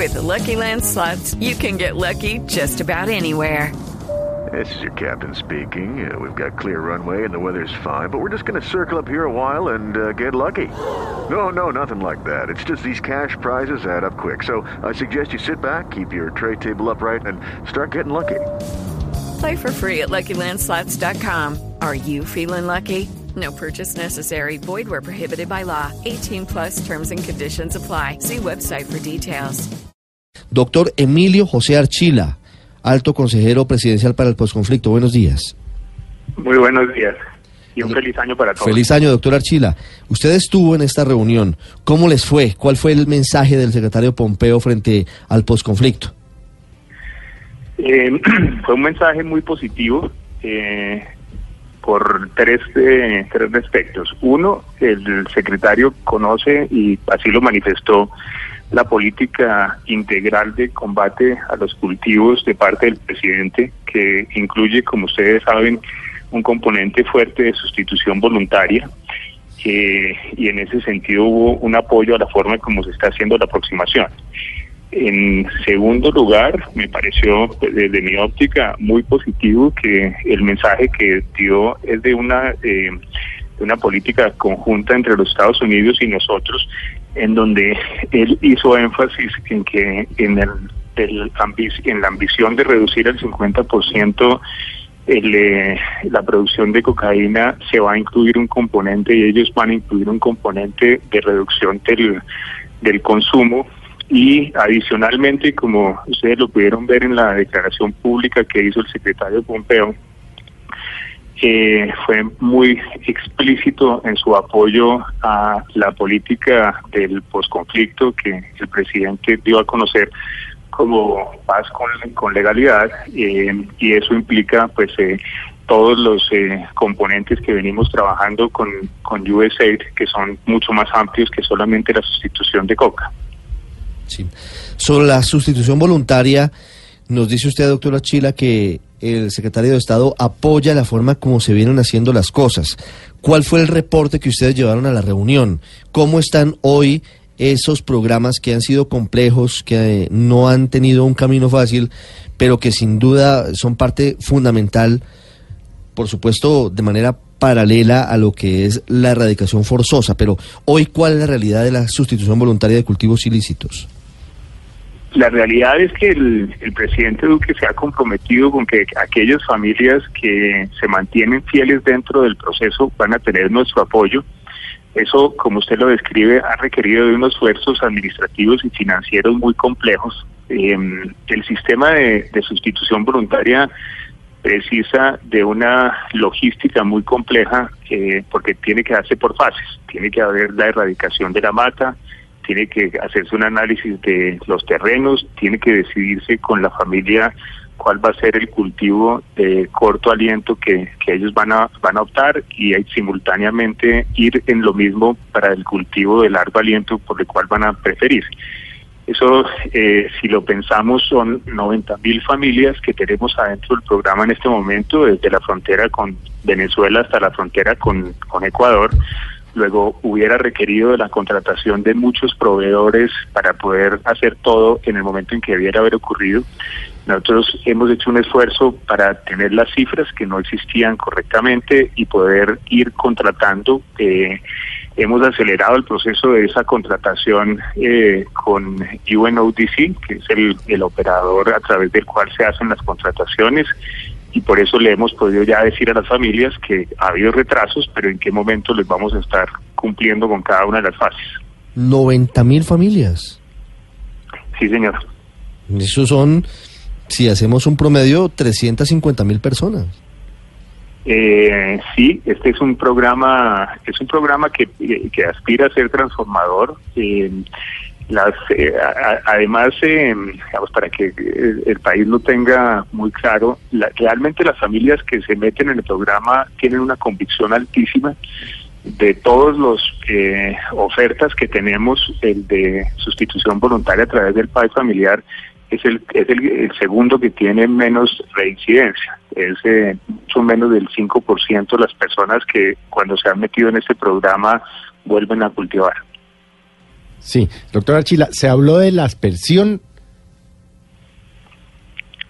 With the Lucky Land Slots, you can get lucky just about anywhere. This is your captain speaking. We've got clear runway and the weather's fine, but we're just going to circle up here a while and get lucky. No, nothing like that. It's just these cash prizes add up quick. So I suggest you sit back, keep your tray table upright, and start getting lucky. Play for free at LuckyLandSlots.com. Are you feeling lucky? No purchase necessary. Void where prohibited by law. 18 plus terms and conditions apply. See website for details. Doctor Emilio José Archila, alto consejero presidencial para el posconflicto. Buenos días. Muy buenos días y un feliz año para todos. Feliz año, doctor Archila. Usted estuvo en esta reunión. ¿Cómo les fue? ¿Cuál fue el mensaje del secretario Pompeo frente al posconflicto? Fue un mensaje muy positivo por tres aspectos. Uno, el secretario conoce, y así lo manifestó, la política integral de combate a los cultivos de parte del presidente, que incluye, como ustedes saben, un componente fuerte de sustitución voluntaria, y en ese sentido hubo un apoyo a la forma como se está haciendo la aproximación. En segundo lugar, me pareció, desde mi óptica, muy positivo que el mensaje que dio es de una política conjunta entre los Estados Unidos y nosotros, en donde él hizo énfasis en que en la ambición de reducir el 50% la producción de cocaína, se va a incluir un componente, y ellos van a incluir un componente de reducción del consumo. Y adicionalmente, como ustedes lo pudieron ver en la declaración pública que hizo el secretario Pompeo, fue muy explícito en su apoyo a la política del posconflicto que el presidente dio a conocer como paz con legalidad, y eso implica pues todos los componentes que venimos trabajando con USAID, que son mucho más amplios que solamente la sustitución de coca. Sí. Sobre la sustitución voluntaria, nos dice usted, doctor Archila, que el secretario de Estado apoya la forma como se vienen haciendo las cosas. ¿Cuál fue el reporte que ustedes llevaron a la reunión? ¿Cómo están hoy esos programas que han sido complejos, que no han tenido un camino fácil, pero que sin duda son parte fundamental, por supuesto, de manera paralela a lo que es la erradicación forzosa? Pero hoy, ¿cuál es la realidad de la sustitución voluntaria de cultivos ilícitos? La realidad es que el presidente Duque se ha comprometido con que aquellas familias que se mantienen fieles dentro del proceso van a tener nuestro apoyo. Eso, como usted lo describe, ha requerido de unos esfuerzos administrativos y financieros muy complejos. El sistema de sustitución voluntaria precisa de una logística muy compleja, porque tiene que darse por fases. Tiene que haber la erradicación de la mata, tiene que hacerse un análisis de los terrenos, tiene que decidirse con la familia cuál va a ser el cultivo de corto aliento que ellos van a optar, y simultáneamente ir en lo mismo para el cultivo de largo aliento por el cual van a preferir. Eso, si lo pensamos, son 90,000 familias que tenemos adentro del programa en este momento, desde la frontera con Venezuela hasta la frontera con Ecuador. Luego hubiera requerido de la contratación de muchos proveedores para poder hacer todo en el momento en que debiera haber ocurrido. Nosotros hemos hecho un esfuerzo para tener las cifras que no existían correctamente y poder ir contratando. Hemos acelerado el proceso de esa contratación con UNODC, que es el operador a través del cual se hacen las contrataciones, y por eso le hemos podido ya decir a las familias que ha habido retrasos, pero en qué momento les vamos a estar cumpliendo con cada una de las fases. 90,000 familias. Sí, señor. Eso son, si hacemos un promedio, 350,000 personas. Sí, este es un programa que aspira a ser transformador. Además, digamos, para que el país lo tenga muy claro, realmente las familias que se meten en el programa tienen una convicción altísima. De todos los ofertas que tenemos, el de sustitución voluntaria a través del PAE familiar es el segundo que tiene menos reincidencia. Es mucho menos del 5% de las personas que cuando se han metido en este programa vuelven a cultivar. Sí, doctor Archila, se habló de la aspersión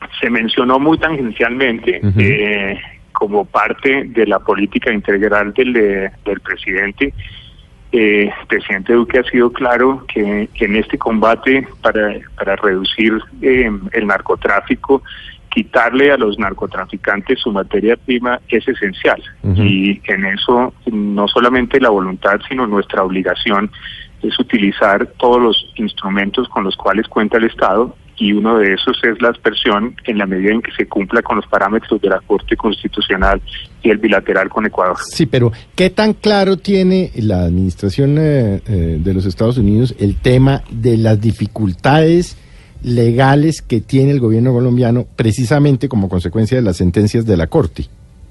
Se mencionó muy tangencialmente como parte de la política integral del presidente. El presidente Duque ha sido claro que en este combate para reducir el narcotráfico, quitarle a los narcotraficantes su materia prima es esencial. Y en eso no solamente la voluntad, sino nuestra obligación es utilizar todos los instrumentos con los cuales cuenta el Estado, y uno de esos es la aspersión en la medida en que se cumpla con los parámetros de la Corte Constitucional y el bilateral con Ecuador. Sí, pero ¿qué tan claro tiene la administración de los Estados Unidos el tema de las dificultades legales que tiene el gobierno colombiano precisamente como consecuencia de las sentencias de la Corte?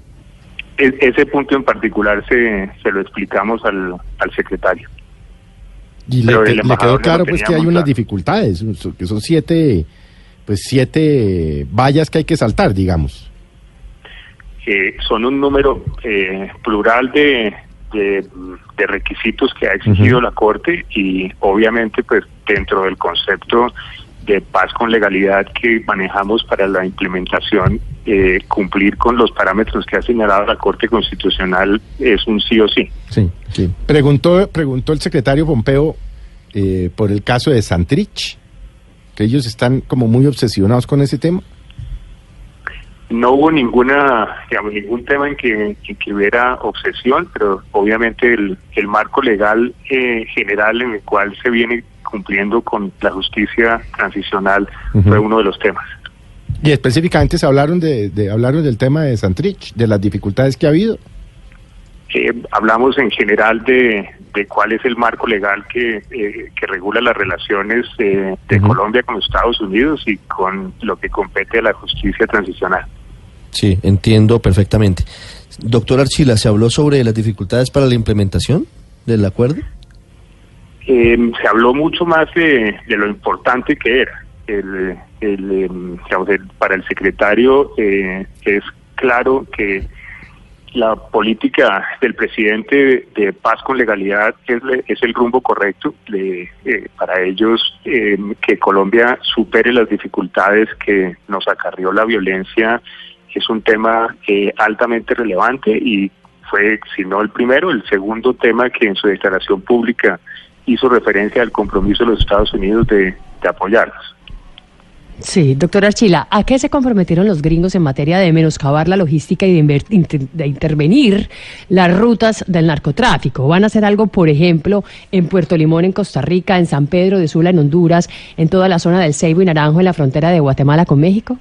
Ese punto en particular se lo explicamos al secretario. Y le quedó claro pues que hay unas dificultades, que son siete vallas que hay que saltar, digamos. Son un número plural de requisitos que ha exigido la Corte, y obviamente pues dentro del concepto de paz con legalidad que manejamos para la implementación, cumplir con los parámetros que ha señalado la Corte Constitucional es un sí o sí. Sí. Preguntó el secretario Pompeo por el caso de Santrich, que ellos están como muy obsesionados con ese tema. No hubo ningún tema en que hubiera obsesión, pero obviamente el marco legal general en el cual se viene cumpliendo con la justicia transicional fue uno de los temas. Y específicamente se hablaron hablaron del tema de Santrich, de las dificultades que ha habido. Hablamos en general de cuál es el marco legal que regula las relaciones de Colombia con los Estados Unidos y con lo que compete a la justicia transicional. Sí, entiendo perfectamente. Doctor Archila, ¿se habló sobre las dificultades para la implementación del acuerdo? Se habló mucho más de lo importante que era. Para el secretario es claro que la política del presidente de paz con legalidad es el rumbo correcto. Para ellos, que Colombia supere las dificultades que nos acarrió la violencia es un tema altamente relevante, y fue, si no el primero, el segundo tema que en su declaración pública hizo referencia al compromiso de los Estados Unidos de apoyarlos. Sí, doctor Archila, ¿a qué se comprometieron los gringos en materia de menoscabar la logística y de intervenir las rutas del narcotráfico? ¿Van a hacer algo, por ejemplo, en Puerto Limón, en Costa Rica, en San Pedro de Sula, en Honduras, en toda la zona del Ceibo y Naranjo, en la frontera de Guatemala con México?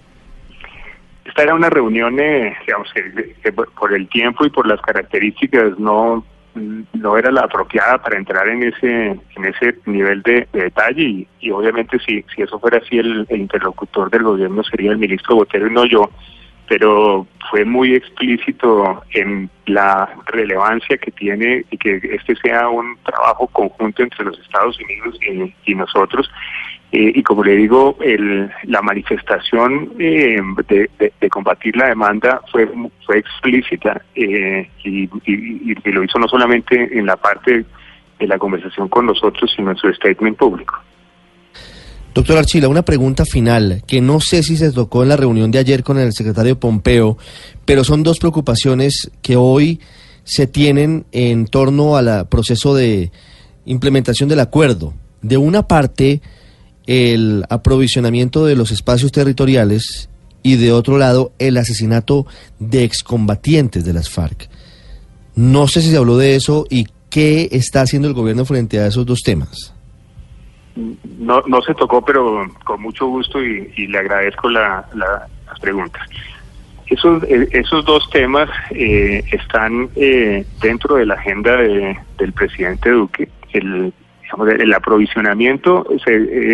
Esta era una reunión, que por el tiempo y por las características no era la apropiada para entrar en ese nivel de detalle, y obviamente si eso fuera así, el interlocutor del gobierno sería el ministro Botero y no yo, pero fue muy explícito en la relevancia que tiene y que este sea un trabajo conjunto entre los Estados Unidos y nosotros. Y como le digo, la manifestación de combatir la demanda fue explícita, y lo hizo no solamente en la parte de la conversación con nosotros, sino en su statement público. Doctor Archila, una pregunta final, que no sé si se tocó en la reunión de ayer con el secretario Pompeo, pero son dos preocupaciones que hoy se tienen en torno al proceso de implementación del acuerdo. De una parte, el aprovisionamiento de los espacios territoriales, y de otro lado, el asesinato de excombatientes de las FARC. No sé si se habló de eso y qué está haciendo el gobierno frente a esos dos temas. No se tocó, pero con mucho gusto, y le agradezco las preguntas. Esos dos temas están dentro de la agenda del presidente Duque. El aprovisionamiento es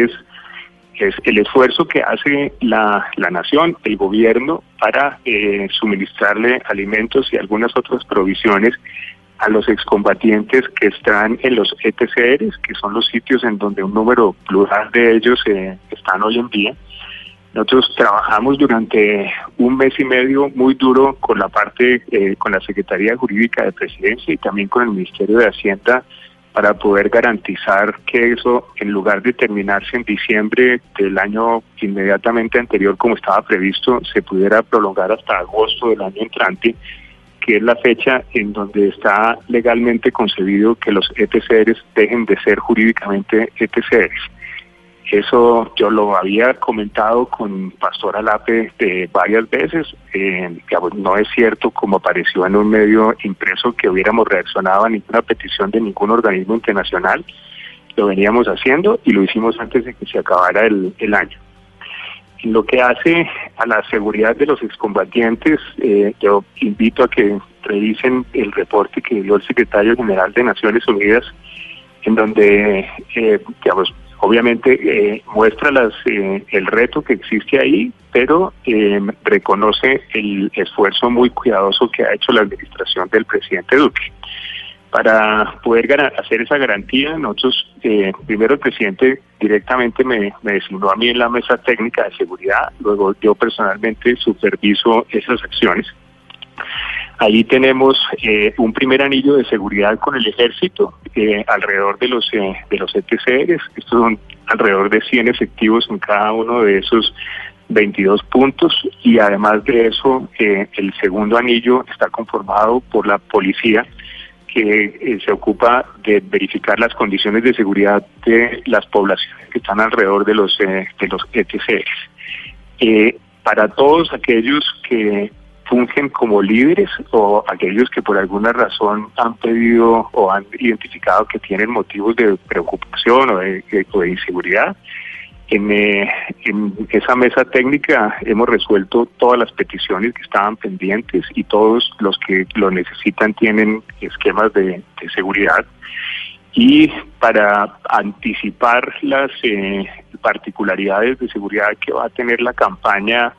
el esfuerzo que hace la nación, el gobierno, para suministrarle alimentos y algunas otras provisiones a los excombatientes que están en los ETCRs, que son los sitios en donde un número plural de ellos están hoy en día. Nosotros trabajamos durante un mes y medio muy duro con la Secretaría Jurídica de Presidencia y también con el Ministerio de Hacienda para poder garantizar que eso, en lugar de terminarse en diciembre del año inmediatamente anterior como estaba previsto, se pudiera prolongar hasta agosto del año entrante, que es la fecha en donde está legalmente concebido que los ETCRs dejen de ser jurídicamente ETCRs. Eso yo lo había comentado con Pastor Alape varias veces, no es cierto, como apareció en un medio impreso, que hubiéramos reaccionado a ninguna petición de ningún organismo internacional. Lo veníamos haciendo y lo hicimos antes de que se acabara el año. En lo que hace a la seguridad de los excombatientes, yo invito a que revisen el reporte que dio el secretario general de Naciones Unidas, en donde, obviamente muestra el reto que existe ahí, pero reconoce el esfuerzo muy cuidadoso que ha hecho la administración del presidente Duque. Para poder hacer esa garantía, nosotros, primero el presidente directamente me designó a mí en la mesa técnica de seguridad, luego yo personalmente superviso esas acciones. Ahí tenemos un primer anillo de seguridad con el ejército alrededor de los ETCRs. Estos son alrededor de 100 efectivos en cada uno de esos 22 puntos, y además de eso el segundo anillo está conformado por la policía, que se ocupa de verificar las condiciones de seguridad de las poblaciones que están alrededor de los ETCRs. Para todos aquellos que fungen como líderes o aquellos que por alguna razón han pedido o han identificado que tienen motivos de preocupación o de inseguridad, en esa mesa técnica hemos resuelto todas las peticiones que estaban pendientes, y todos los que lo necesitan tienen esquemas de seguridad. Y para anticipar las particularidades de seguridad que va a tener la campaña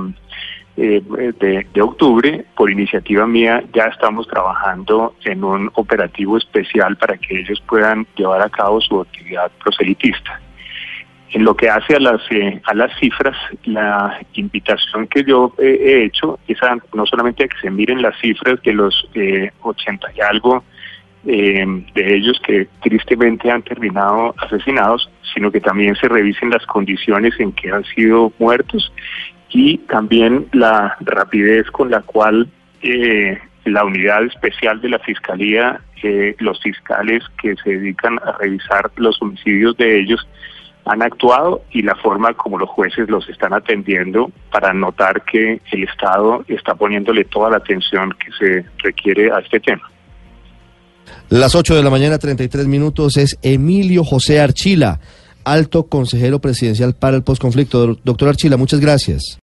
de octubre, por iniciativa mía, ya estamos trabajando en un operativo especial para que ellos puedan llevar a cabo su actividad proselitista. En lo que hace a las cifras, la invitación que yo he hecho es no solamente a que se miren las cifras de los 80 y algo de ellos que tristemente han terminado asesinados, sino que también se revisen las condiciones en que han sido muertos, y también la rapidez con la cual la unidad especial de la Fiscalía, los fiscales que se dedican a revisar los homicidios de ellos, han actuado, y la forma como los jueces los están atendiendo, para notar que el Estado está poniéndole toda la atención que se requiere a este tema. Las 8 de la mañana, 33 minutos, es Emilio José Archila, alto consejero presidencial para el posconflicto. Doctor Archila, muchas gracias.